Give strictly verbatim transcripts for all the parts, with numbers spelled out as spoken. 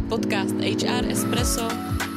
Podcast H R Espresso.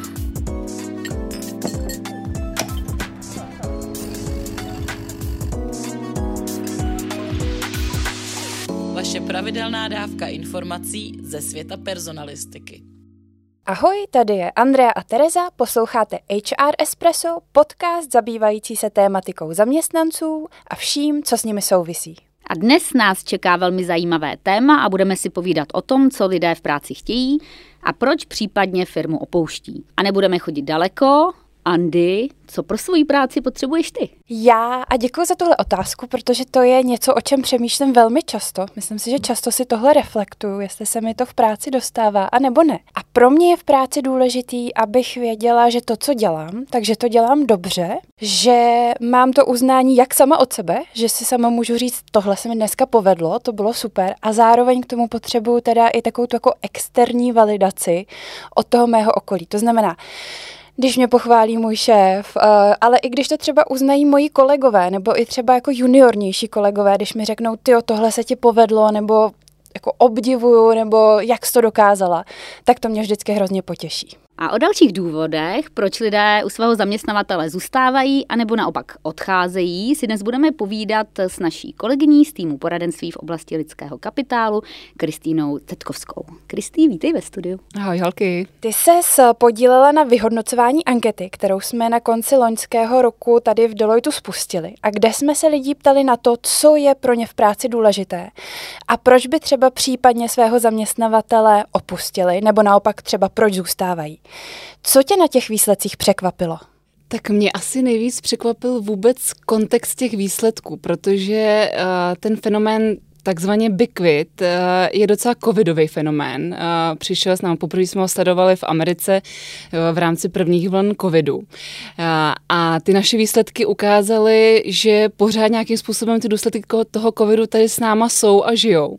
Vaše pravidelná dávka informací ze světa personalistiky. Ahoj, tady je Andrea a Tereza, posloucháte H R Espresso, podcast zabývající se tématikou zaměstnanců a vším, co s nimi souvisí. A dnes nás čeká velmi zajímavé téma a budeme si povídat o tom, co lidé v práci chtějí a proč případně firmu opouští. A nebudeme chodit daleko. Andy, co pro svoji práci potřebuješ ty? Já a děkuji za tuhle otázku, protože to je něco, o čem přemýšlím velmi často. Myslím si, že často si tohle reflektuju, jestli se mi to v práci dostává a nebo ne. A pro mě je v práci důležitý, abych věděla, že to, co dělám, takže to dělám dobře, že mám to uznání jak sama od sebe, že si sama můžu říct, tohle se mi dneska povedlo, to bylo super, a zároveň k tomu potřebuju teda i takovou tu jako externí validaci od toho mého okolí. To znamená, když mě pochválí můj šéf, ale i když to třeba uznají moji kolegové, nebo i třeba jako juniornější kolegové, když mi řeknou, tyjo, tohle se ti povedlo, nebo jako obdivuju, nebo jak jsi to dokázala, tak to mě vždycky hrozně potěší. A o dalších důvodech, proč lidé u svého zaměstnavatele zůstávají anebo naopak odcházejí, si dnes budeme povídat s naší kolegyní z týmu poradenství v oblasti lidského kapitálu, Kristýnou Cetkovskou. Kristý, vítej ve studiu. Ahoj, holky. Ty ses podílela na vyhodnocování ankety, kterou jsme na konci loňského roku tady v Deloitu spustili, a kde jsme se lidí ptali na to, co je pro ně v práci důležité a proč by třeba případně svého zaměstnavatele opustili, nebo naopak třeba proč zůstávají. Co tě na těch výsledcích překvapilo? Tak mě asi nejvíc překvapil vůbec kontext těch výsledků, protože uh, ten fenomén takzvaně Big Quit je docela covidový fenomén. Přišel s námi, poprvé jsme ho sledovali v Americe v rámci prvních vln covidu. A ty naše výsledky ukázaly, že pořád nějakým způsobem ty důsledky toho covidu tady s náma jsou a žijou.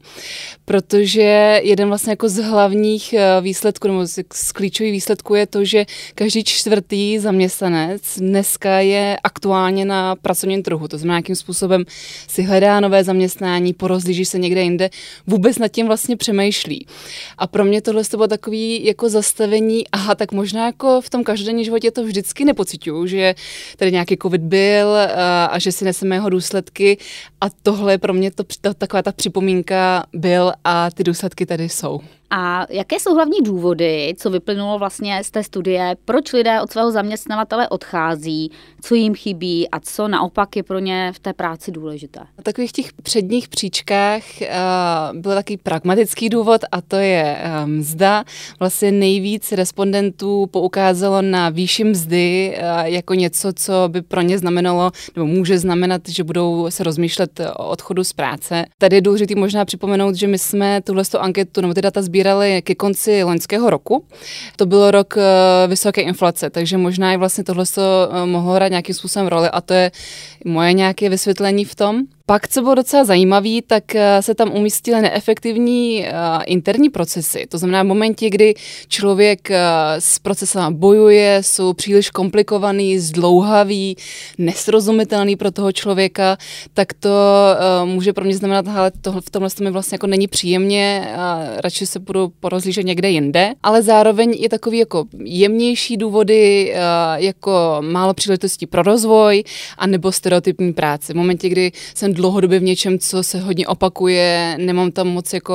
Protože jeden vlastně jako z hlavních výsledků, nebo z klíčových výsledků je to, že každý čtvrtý zaměstnanec dneska je aktuálně na pracovním trhu. To znamená, nějakým způsobem si hledá nové zaměstnání, porozlíží se někde jinde, vůbec nad tím vlastně přemýšlí. A pro mě tohle bylo takový jako zastavení, aha, tak možná jako v tom každodenním životě to vždycky nepociťuju, že tady nějaký covid byl a, a že si neseme jeho důsledky, a tohle pro mě to, to taková ta připomínka byl a ty důsledky tady jsou. A jaké jsou hlavní důvody, co vyplynulo vlastně z té studie, proč lidé od svého zaměstnavatele odchází, co jim chybí a co naopak je pro ně v té práci důležité? Na takových těch předních příčkách uh, byl takový pragmatický důvod, a to je uh, mzda. Vlastně nejvíc respondentů poukázalo na výši mzdy uh, jako něco, co by pro ně znamenalo, nebo může znamenat, že budou se rozmýšlet o odchodu z práce. Tady je důležité možná připomenout, že my jsme tuhle anketu, nebo ty data sbírali ke konci loňského roku. To byl rok uh, vysoké inflace, takže možná i vlastně tohle uh, mohlo hrát nějakým způsobem roli, a to je moje nějaké vysvětlení v tom. Pak, co bylo docela zajímavý, tak se tam umístily neefektivní uh, interní procesy. To znamená, v momentě, kdy člověk uh, s procesem bojuje, jsou příliš komplikovaný, zdlouhavý, nesrozumitelný pro toho člověka, tak to uh, může pro mě znamenat, hele, tohle, v tomhle to mi vlastně jako není příjemně, uh, radši se budu porozlížet někde jinde. Ale zároveň je takový jako jemnější důvody, uh, jako málo příležitostí pro rozvoj, anebo stereotypní práce. V momentě, kdy jsem dlouhodobě v něčem, co se hodně opakuje, nemám tam moc jako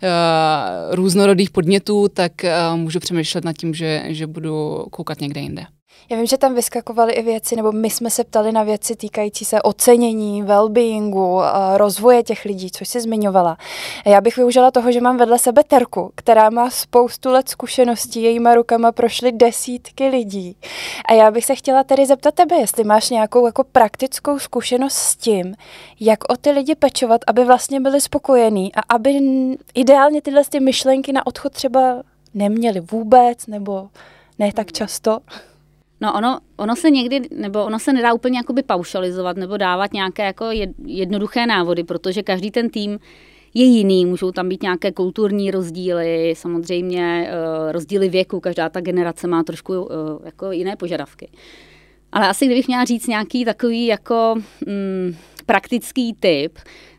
uh, různorodých podnětů, tak uh, můžu přemýšlet nad tím, že, že budu koukat někde jinde. Já vím, že tam vyskakovaly i věci, nebo my jsme se ptali na věci týkající se ocenění, well-beingu, rozvoje těch lidí, což jsi zmiňovala. Já bych využila toho, že mám vedle sebe Terku, která má spoustu let zkušeností, jejíma rukama prošly desítky lidí. A já bych se chtěla tedy zeptat tebe, jestli máš nějakou jako praktickou zkušenost s tím, jak o ty lidi pečovat, aby vlastně byli spokojení a aby ideálně tyhle ty myšlenky na odchod třeba neměli vůbec, nebo ne tak často. No ono, ono se někdy, nebo ono se nedá úplně jakoby paušalizovat nebo dávat nějaké jako jednoduché návody, protože každý ten tým je jiný, můžou tam být nějaké kulturní rozdíly, samozřejmě rozdíly věku, každá ta generace má trošku jako jiné požadavky. Ale asi kdybych měla říct nějaký takový jako mm, praktický tip,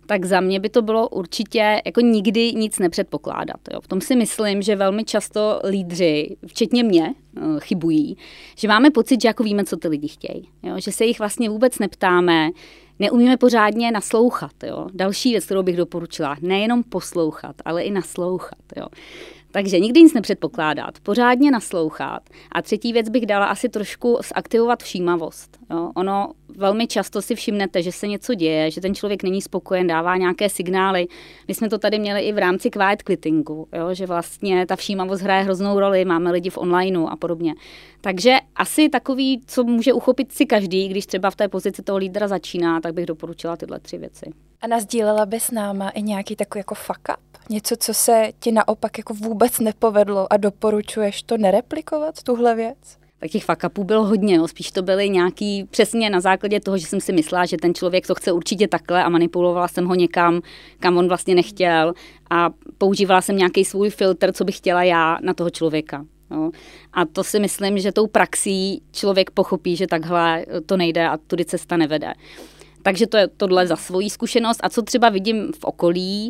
tak za mě by to bylo určitě jako nikdy nic nepředpokládat. Jo. V tom si myslím, že velmi často lídři, včetně mě, chybují, že máme pocit, že jako víme, co ty lidi chtějí. Jo. Že se jich vlastně vůbec neptáme, neumíme pořádně naslouchat. Jo. Další věc, kterou bych doporučila, nejenom poslouchat, ale i naslouchat. Jo. Takže nikdy nic nepředpokládat, pořádně naslouchat. A třetí věc bych dala asi trošku zaktivovat všímavost. Jo. Ono velmi často si všimnete, že se něco děje, že ten člověk není spokojen, dává nějaké signály. My jsme to tady měli i v rámci quiet quittingu, jo, že vlastně ta všímavost hraje hroznou roli, máme lidi v onlineu a podobně. Takže asi takový, co může uchopit si každý, když třeba v té pozici toho lídra začíná, tak bych doporučila tyhle tři věci. A nasdílela by s náma i nějaký takový jako fuck up? Něco, co se ti naopak jako vůbec nepovedlo a doporučuješ to nereplikovat, tuhle věc? Tak těch fuck upů bylo hodně, no. Spíš to byly nějaký přesně na základě toho, že jsem si myslela, že ten člověk to chce určitě takhle a manipulovala jsem ho někam, kam on vlastně nechtěl a používala jsem nějaký svůj filtr, co bych chtěla já na toho člověka. No. A to si myslím, že tou praxí člověk pochopí, že takhle to nejde a tudy cesta nevede. Takže to je tohle za svoji zkušenost. A co třeba vidím v okolí,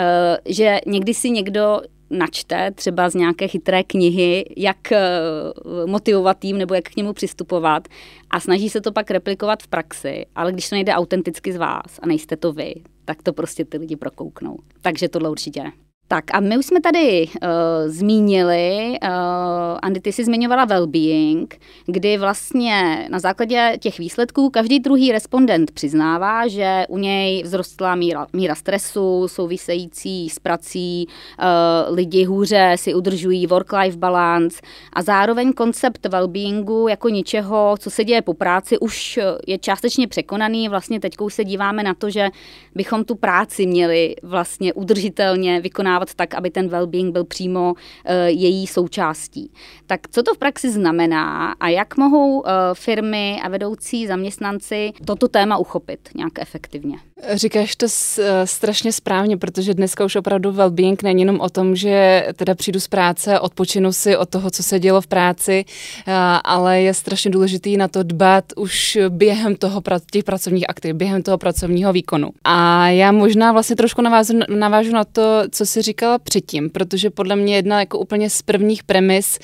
že někdy si někdo načte třeba z nějaké chytré knihy, jak motivovat tým nebo jak k němu přistupovat a snaží se to pak replikovat v praxi, ale když to nejde autenticky z vás a nejste to vy, tak to prostě ty lidi prokouknou. Takže tohle určitě ne. Tak a my už jsme tady uh, zmínili, uh, Andy, ty jsi zmiňovala well-being, kdy vlastně na základě těch výsledků každý druhý respondent přiznává, že u něj vzrostla míra, míra stresu související s prací, uh, lidi hůře si udržují work-life balance a zároveň koncept well-beingu jako něčeho, co se děje po práci, už je částečně překonaný. Vlastně teďkou se díváme na to, že bychom tu práci měli vlastně udržitelně vykonávat tak, aby ten well-being byl přímo uh, její součástí. Tak co to v praxi znamená a jak mohou uh, firmy a vedoucí zaměstnanci toto téma uchopit nějak efektivně? Říkáš to s, strašně správně, protože dneska už opravdu well-being není jenom o tom, že teda přijdu z práce, odpočinu si od toho, co se dělo v práci, ale je strašně důležitý na to dbát už během toho těch pracovních aktiv, během toho pracovního výkonu. A já možná vlastně trošku navážu, navážu na to, co jsi říkala předtím, protože podle mě jedna jako úplně z prvních premis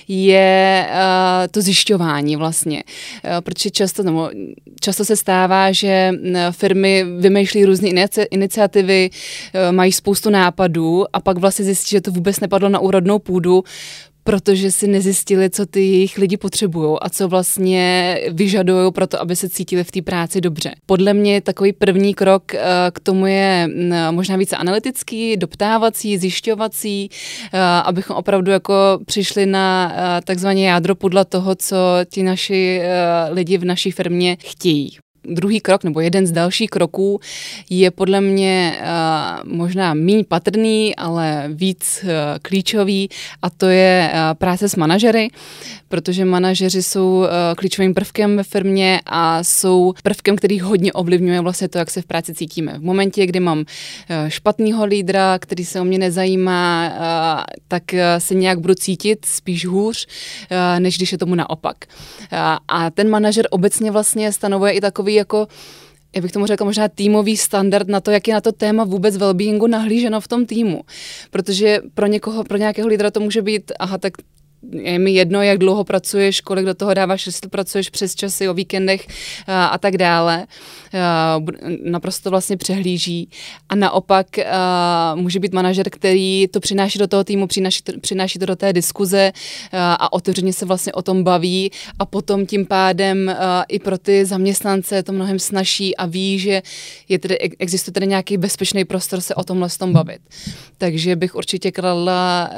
je uh, to zjišťování vlastně. Uh, protože často, no, často se stává, že firmy vymýšlí různé iniciativy, mají spoustu nápadů a pak vlastně zjistí, že to vůbec nepadlo na úrodnou půdu, protože si nezjistili, co ty jejich lidi potřebují a co vlastně vyžadují pro to, aby se cítili v té práci dobře. Podle mě takový první krok k tomu je možná více analytický, doptávací, zjišťovací, abychom opravdu jako přišli na takzvané jádro pudla toho, co ti naši lidi v naší firmě chtějí. Druhý krok, nebo jeden z dalších kroků je podle mě uh, možná míň patrný, ale víc uh, klíčový a to je uh, práce s manažery, protože manažeři jsou uh, klíčovým prvkem ve firmě a jsou prvkem, který hodně ovlivňuje vlastně to, jak se v práci cítíme. V momentě, kdy mám uh, špatného lídra, který se o mě nezajímá, uh, tak uh, se nějak budu cítit spíš hůř, uh, než když je tomu naopak. Uh, a ten manažer obecně vlastně stanovuje i takový jako, jak bych tomu řekla, možná týmový standard na to, jak je na to téma vůbec wellbeingu nahlíženo v tom týmu. Protože pro někoho, pro nějakého lídra to může být, aha, tak je mi jedno, jak dlouho pracuješ, kolik do toho dáváš, jestli pracuješ přes časy, o víkendech a, a tak dále. A, naprosto vlastně přehlíží. A naopak a, může být manažer, který to přináší do toho týmu, přináší to, přináší to do té diskuze a, a otevřeně se vlastně o tom baví a potom tím pádem a, i pro ty zaměstnance je to mnohem snazší a ví, že je tedy, existuje tedy nějaký bezpečný prostor se o tomhle s tom bavit. Takže bych určitě kladla a,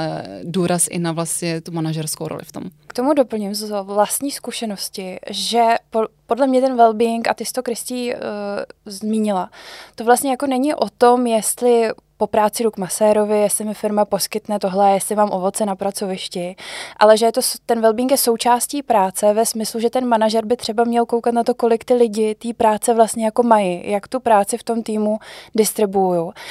důraz i na vlastně tu manažerskou roli v tom. K tomu doplním z vlastní zkušenosti, že po, podle mě ten well-being, a ty jsi to, Kristý, uh, zmínila, to vlastně jako není o tom, jestli po práci jdu k masérovi, jestli mi firma poskytne tohle, jestli mám ovoce na pracovišti, ale že je to, ten well-being je součástí práce ve smyslu, že ten manažer by třeba měl koukat na to, kolik ty lidi té práce vlastně jako mají, jak tu práci v tom týmu distribuují.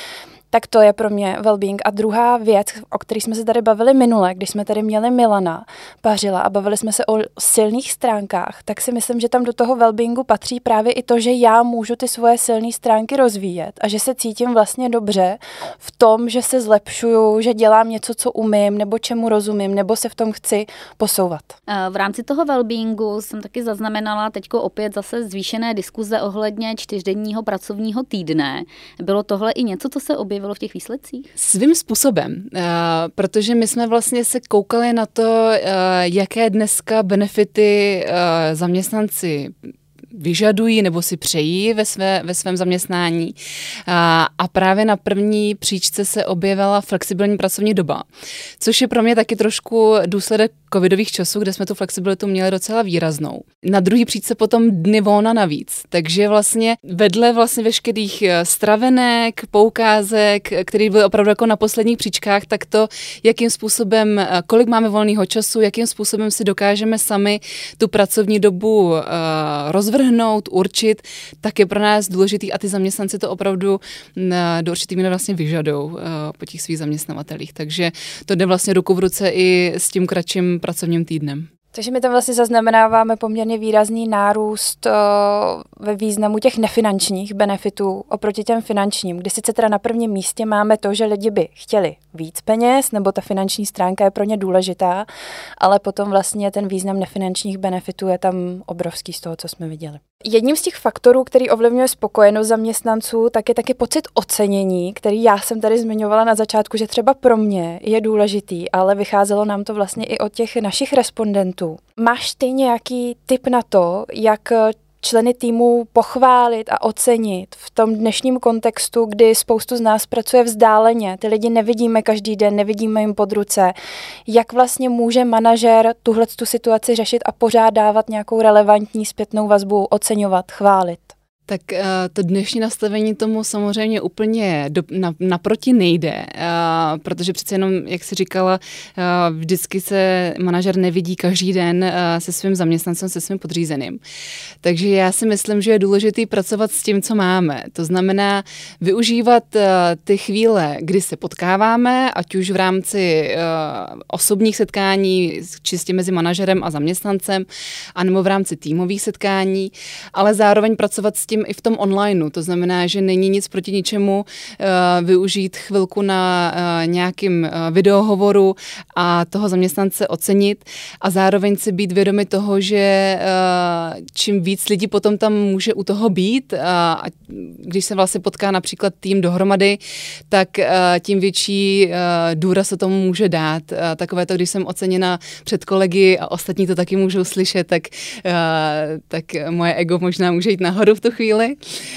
Tak to je pro mě well-being. A druhá věc, o které jsme se tady bavili minule, když jsme tady měli Milana Pařila a bavili jsme se o silných stránkách, tak si myslím, že tam do toho well-beingu patří právě i to, že já můžu ty svoje silné stránky rozvíjet a že se cítím vlastně dobře v tom, že se zlepšuju, že dělám něco, co umím, nebo čemu rozumím, nebo se v tom chci posouvat. V rámci toho well-beingu jsem taky zaznamenala teďko opět zase zvýšené diskuze ohledně čtyřdenního pracovního týdne. Bylo tohle i něco, co se objevilo v těch výsledcích? Svým způsobem, uh, protože my jsme vlastně se koukali na to, uh, jaké dneska benefity uh, zaměstnanci vyžadují nebo si přejí ve, své, ve svém zaměstnání. A, a právě na první příčce se objevila flexibilní pracovní doba, což je pro mě taky trošku důsledek covidových časů, kde jsme tu flexibilitu měli docela výraznou. Na druhý příčce potom dny volna navíc. Takže vlastně vedle vlastně veškerých stravenek, poukázek, které byly opravdu jako na posledních příčkách, tak to, jakým způsobem, kolik máme volného času, jakým způsobem si dokážeme sami tu pracovní dobu uh, rozvrhnout, určit, tak je pro nás důležitý a ty zaměstnanci to opravdu do určitý míry vlastně vyžadou uh, po těch svých zaměstnavatelích. Takže to jde vlastně ruku v ruce i s tím kratším pracovním týdnem. Takže my tam vlastně zaznamenáváme poměrně výrazný nárůst uh, ve významu těch nefinančních benefitů oproti těm finančním, kdy sice teda na prvním místě máme to, že lidi by chtěli víc peněz, nebo ta finanční stránka je pro ně důležitá, ale potom vlastně ten význam nefinančních benefitů je tam obrovský z toho, co jsme viděli. Jedním z těch faktorů, který ovlivňuje spokojenost zaměstnanců, tak je taky pocit ocenění, který já jsem tady zmiňovala na začátku, že třeba pro mě je důležitý, ale vycházelo nám to vlastně i od těch našich respondentů. Máš ty nějaký tip na to, jak členy týmu pochválit a ocenit v tom dnešním kontextu, kdy spoustu z nás pracuje vzdáleně, ty lidi nevidíme každý den, nevidíme jim pod ruce. Jak vlastně může manažer tuhletu situaci řešit a pořád dávat nějakou relevantní zpětnou vazbu, oceňovat, chválit? Tak uh, to dnešní nastavení tomu samozřejmě úplně do, na, naproti nejde, uh, protože přece jenom, jak jsi říkala, uh, vždycky se manažer nevidí každý den uh, se svým zaměstnancem, se svým podřízeným. Takže já si myslím, že je důležité pracovat s tím, co máme. To znamená využívat uh, ty chvíle, kdy se potkáváme, ať už v rámci uh, osobních setkání, čistě mezi manažerem a zaměstnancem, anebo v rámci týmových setkání, ale zároveň pracovat s tím i v tom onlineu. To znamená, že není nic proti ničemu uh, využít chvilku na uh, nějakým uh, videohovoru a toho zaměstnance ocenit a zároveň si být vědomi toho, že uh, čím víc lidí potom tam může u toho být uh, a když se vlastně potká například tým dohromady, tak uh, tím větší uh, důraz se tomu může dát. Uh, takové to, když jsem oceněna před kolegy a ostatní to taky můžou slyšet, tak, uh, tak moje ego možná může jít nahoru v tu chvíli. Uh,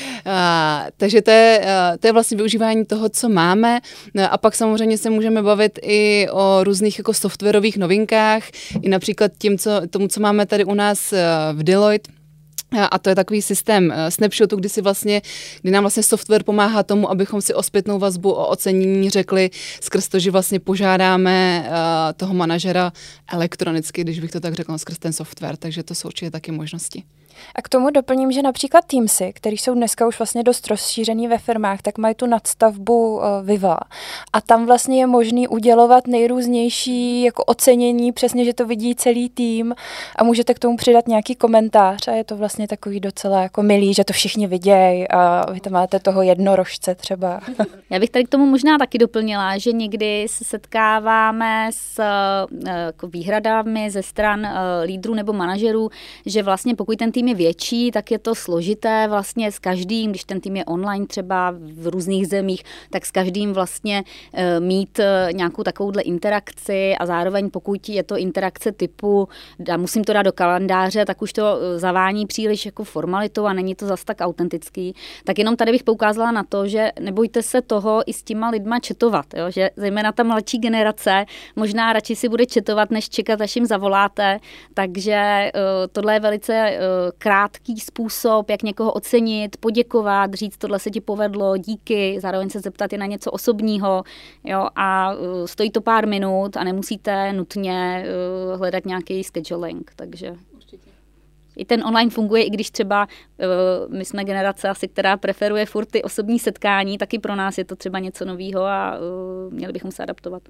takže to je, uh, to je vlastně využívání toho, co máme uh, a pak samozřejmě se můžeme bavit i o různých jako softwarových novinkách, i například tím, co, tomu, co máme tady u nás uh, v Deloitte. A to je takový systém snapshotu, kdy, si vlastně, kdy nám vlastně software pomáhá tomu, abychom si o zpětnou vazbu, o ocenění řekli skrz to, že vlastně požádáme uh, toho manažera elektronicky, když bych to tak řekla, skrz ten software, takže to jsou určitě taky možnosti. A k tomu doplním, že například Teamsy, které jsou dneska už vlastně dost rozšířený ve firmách, tak mají tu nadstavbu uh, Viva. A tam vlastně je možný udělovat nejrůznější jako ocenění, přesně, že to vidí celý tým a můžete k tomu přidat nějaký komentář a je to vlastně takový docela jako milý, že to všichni vidějí a vy tam máte toho jednorožce třeba. Já bych tady k tomu možná taky doplnila, že někdy se setkáváme s jako výhradami ze stran lídrů nebo manažerů, že vlastně pokud ten tým je větší, tak je to složité vlastně s každým, když ten tým je online třeba v různých zemích, tak s každým vlastně mít nějakou takovouhle interakci a zároveň pokud je to interakce typu, musím to dát do kalendáře, tak už to zavání příliš jako formalitou a není to zas tak autentický. Tak jenom tady bych poukázala na to, že nebojte se toho i s těma lidma četovat, jo? Že zejména ta mladší generace možná radši si bude četovat, než čekat, až jim zavoláte, takže uh, tohle je velice uh, krátký způsob, jak někoho ocenit, poděkovat, říct, tohle se ti povedlo, díky, zároveň se zeptat i na něco osobního, jo? A uh, stojí to pár minut a nemusíte nutně uh, hledat nějaký scheduling, takže I ten online funguje, i když třeba uh, my jsme generace asi, která preferuje furt ty osobní setkání, taky pro nás je to třeba něco novýho a uh, měli bychom se adaptovat.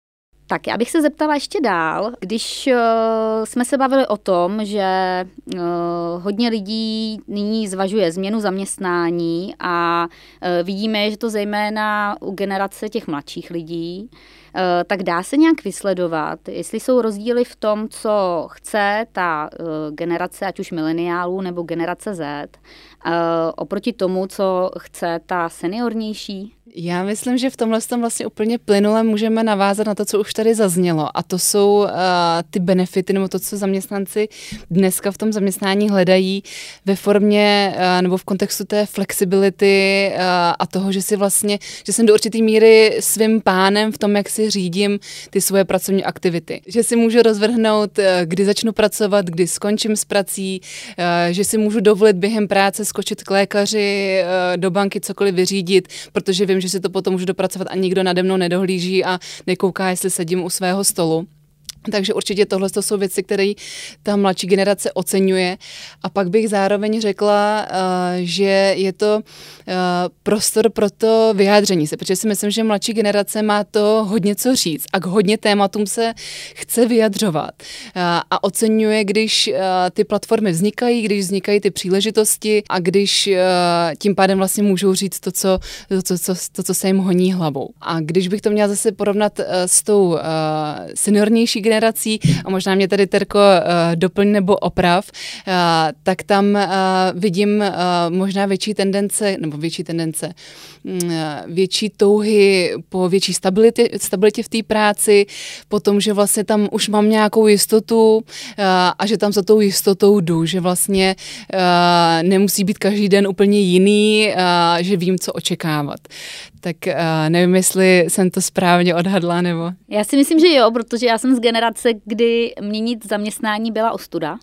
Tak já bych se zeptala ještě dál, když uh, jsme se bavili o tom, že uh, hodně lidí nyní zvažuje změnu zaměstnání a uh, vidíme, že to zejména u generace těch mladších lidí, uh, tak dá se nějak vysledovat, jestli jsou rozdíly v tom, co chce ta uh, generace, ať už mileniálů nebo generace Z, uh, oproti tomu, co chce ta seniornější? Já myslím, že v tomhle tom vlastně úplně plynule můžeme navázat na to, co už tady zaznělo, a to jsou uh, ty benefity, nebo to, co zaměstnanci dneska v tom zaměstnání hledají ve formě uh, nebo v kontextu té flexibility uh, a toho, že si vlastně, že jsem do určitý míry svým pánem v tom, jak si řídím ty svoje pracovní aktivity. Že si můžu rozvrhnout, uh, kdy začnu pracovat, kdy skončím s prací, uh, že si můžu dovolit během práce skočit k lékaři, uh, do banky cokoliv vyřídit, protože vím, že si to potom můžu dopracovat a nikdo nade mnou nedohlíží a nekouká, jestli sedím u svého stolu. Takže určitě tohle to jsou věci, které ta mladší generace oceňuje. A pak bych zároveň řekla, že je to prostor pro to vyjádření se, protože si myslím, že mladší generace má to hodně co říct a k hodně tématům se chce vyjadřovat. A oceňuje, když ty platformy vznikají, když vznikají ty příležitosti a když tím pádem vlastně můžou říct to, co, to, co, to, co se jim honí hlavou. A když bych to měla zase porovnat s tou seniornější generací, generací, a možná mě tady Terko uh, doplň nebo oprav, uh, tak tam uh, vidím uh, možná větší tendence, nebo větší tendence, uh, větší touhy po větší stabilitě, stabilitě v té práci, po tom, že vlastně tam už mám nějakou jistotu uh, a že tam za tou jistotou jdu, že vlastně uh, nemusí být každý den úplně jiný, uh, že vím, co očekávat. Tak uh, nevím, jestli jsem to správně odhadla, nebo... Já si myslím, že jo, protože já jsem z generace, kdy měnit zaměstnání byla ostuda.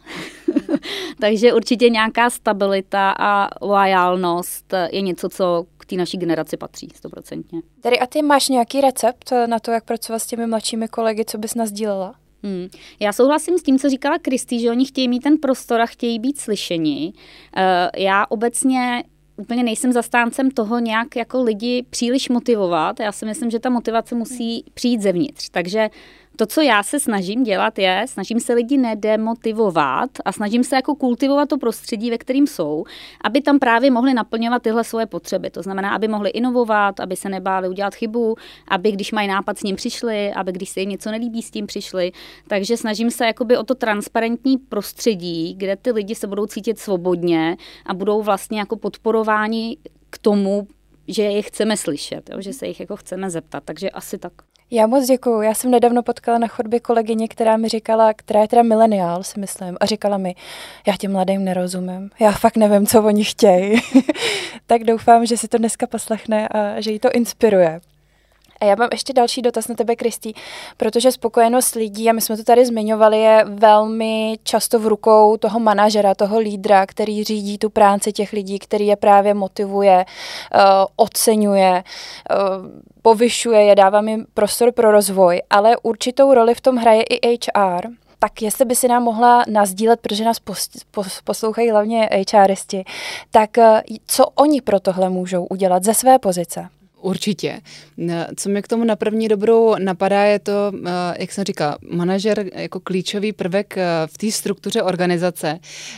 Takže určitě nějaká stabilita a loajálnost je něco, co k té naší generaci patří, stoprocentně. Tady a ty máš nějaký recept na to, jak pracovat s těmi mladšími kolegy, co bys nasdílela? Hmm. Já souhlasím s tím, co říkala Kristý, že oni chtějí mít ten prostor a chtějí být slyšeni. Uh, já obecně úplně nejsem zastáncem toho nějak jako lidi příliš motivovat. Já si myslím, že ta motivace musí přijít zevnitř. Takže to, co já se snažím dělat, je, snažím se lidi nedemotivovat a snažím se jako kultivovat to prostředí, ve kterým jsou, aby tam právě mohli naplňovat tyhle svoje potřeby. To znamená, aby mohli inovovat, aby se nebáli udělat chybu, aby když mají nápad, s ním přišli, aby když se jim něco nelíbí, s tím přišli. Takže snažím se jakoby o to transparentní prostředí, kde ty lidi se budou cítit svobodně a budou vlastně jako podporováni k tomu, že je chceme slyšet, jo? Že se jich jako chceme zeptat, takže asi tak. Já moc děkuju. Já jsem nedávno potkala na chodbě kolegyně, která mi říkala, která je teda mileniál, si myslím, a říkala mi, já těm mladým nerozumím, já fakt nevím, co oni chtějí. Tak doufám, že si to dneska poslechne a že jí to inspiruje. A já mám ještě další dotaz na tebe, Kristý, protože spokojenost lidí, a my jsme to tady zmiňovali, je velmi často v rukou toho manažera, toho lídra, který řídí tu práci těch lidí, který je právě motivuje, uh, oceňuje, uh, povyšuje je, dává jim prostor pro rozvoj, ale určitou roli v tom hraje i H R. Tak jestli by si nám mohla nasdílet, protože nás poslouchají hlavně HRisti, tak co oni pro tohle můžou udělat ze své pozice? Určitě. Co mě k tomu na první dobrou napadá, je to, jak jsem říkala, manažer jako klíčový prvek v té struktuře organizace.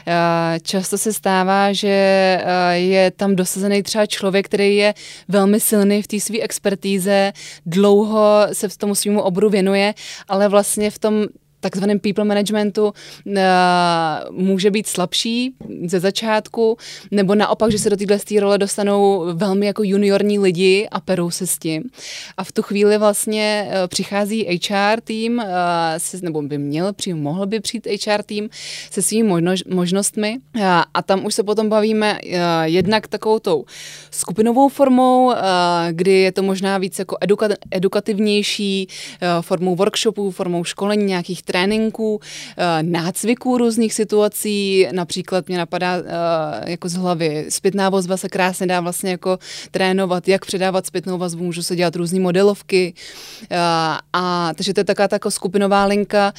Často se stává, že je tam dosazený třeba člověk, který je velmi silný v té své expertíze, dlouho se v tomu svýmu oboru věnuje, ale vlastně v tom takzvaném people managementu uh, může být slabší ze začátku, nebo naopak, že se do téhle role dostanou velmi jako juniorní lidi a perou se s tím. A v tu chvíli vlastně uh, přichází H R tým, uh, se, nebo by měl, přijít, mohl by přijít H R tým se svými možnož, možnostmi uh, a tam už se potom bavíme uh, jednak takovou tou skupinovou formou, uh, kdy je to možná víc jako eduka- edukativnější, uh, formou workshopů, formou školení nějakých tréninků, nácviků různých situací, například mě napadá jako z hlavy zpětná vazba se krásně dá vlastně jako trénovat, jak předávat zpětnou vazbu, můžu se dělat různý modelovky a, a takže to je taková taková skupinová linka.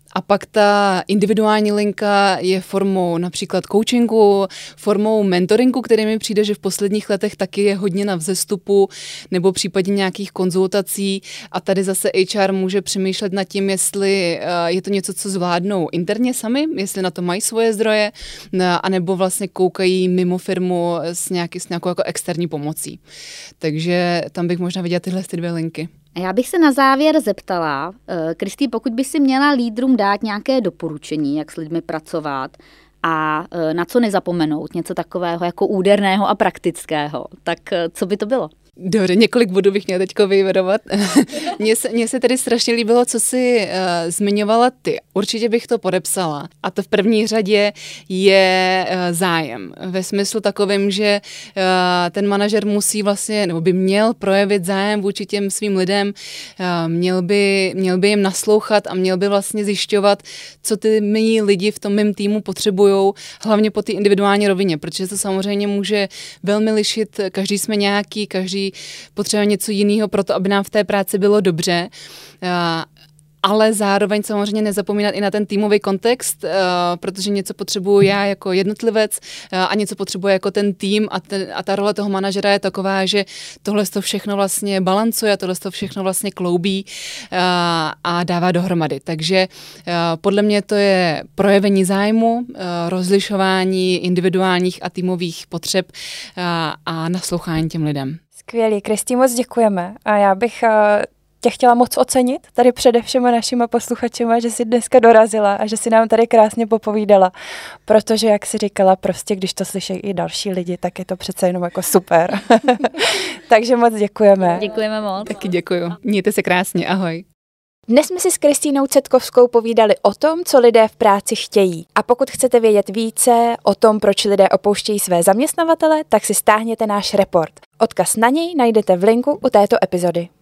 A pak ta individuální linka je formou například coachingu, formou mentoringu, který mi přijde, že v posledních letech taky je hodně na vzestupu, nebo případně nějakých konzultací. A tady zase H R může přemýšlet nad tím, jestli je to něco, co zvládnou interně sami, jestli na to mají svoje zdroje, anebo vlastně koukají mimo firmu s, nějaký, s nějakou jako externí pomocí. Takže tam bych možná viděla tyhle ty dvě linky. Já bych se na závěr zeptala, Kristý, pokud by si měla lídrům dát nějaké doporučení, jak s lidmi pracovat a na co nezapomenout, něco takového jako úderného a praktického, tak co by to bylo? Dobře, několik bodů bych měla teďko vyjmenovat. Mně se, mně se tedy strašně líbilo, co jsi uh, zmiňovala ty. Určitě bych to podepsala. A to v první řadě je uh, zájem. Ve smyslu takovým, že uh, ten manažer musí vlastně, nebo by měl projevit zájem vůči těm svým lidem, uh, měl by, měl by jim naslouchat a měl by vlastně zjišťovat, co ty mý lidi v tom mém týmu potřebujou, hlavně po té individuální rovině, protože to samozřejmě může velmi lišit. Každý jsme nějaký, každý potřebuje něco jiného pro to, aby nám v té práci bylo dobře. Ale zároveň samozřejmě nezapomínat i na ten týmový kontext, protože něco potřebuju já jako jednotlivec a něco potřebuje jako ten tým a, ten, a ta role toho manažera je taková, že tohle to všechno vlastně balancuje, tohle to všechno vlastně kloubí a, a dává dohromady. Takže podle mě to je projevení zájmu, rozlišování individuálních a týmových potřeb a, a naslouchání těm lidem. Skvělý, Kristý, moc děkujeme a já bych tě chtěla moc ocenit tady přede všema našima posluchačima, že jsi dneska dorazila a že jsi nám tady krásně popovídala, protože, jak jsi říkala, prostě když to slyší i další lidi, tak je to přece jenom jako super. Takže moc děkujeme. Děkujeme moc. Taky děkuju. Mějte se krásně, ahoj. Dnes jsme si s Kristýnou Cetkovskou povídali o tom, co lidé v práci chtějí. A pokud chcete vědět více o tom, proč lidé opouštějí své zaměstnavatele, tak si stáhněte náš report. Odkaz na něj najdete v linku u této epizody.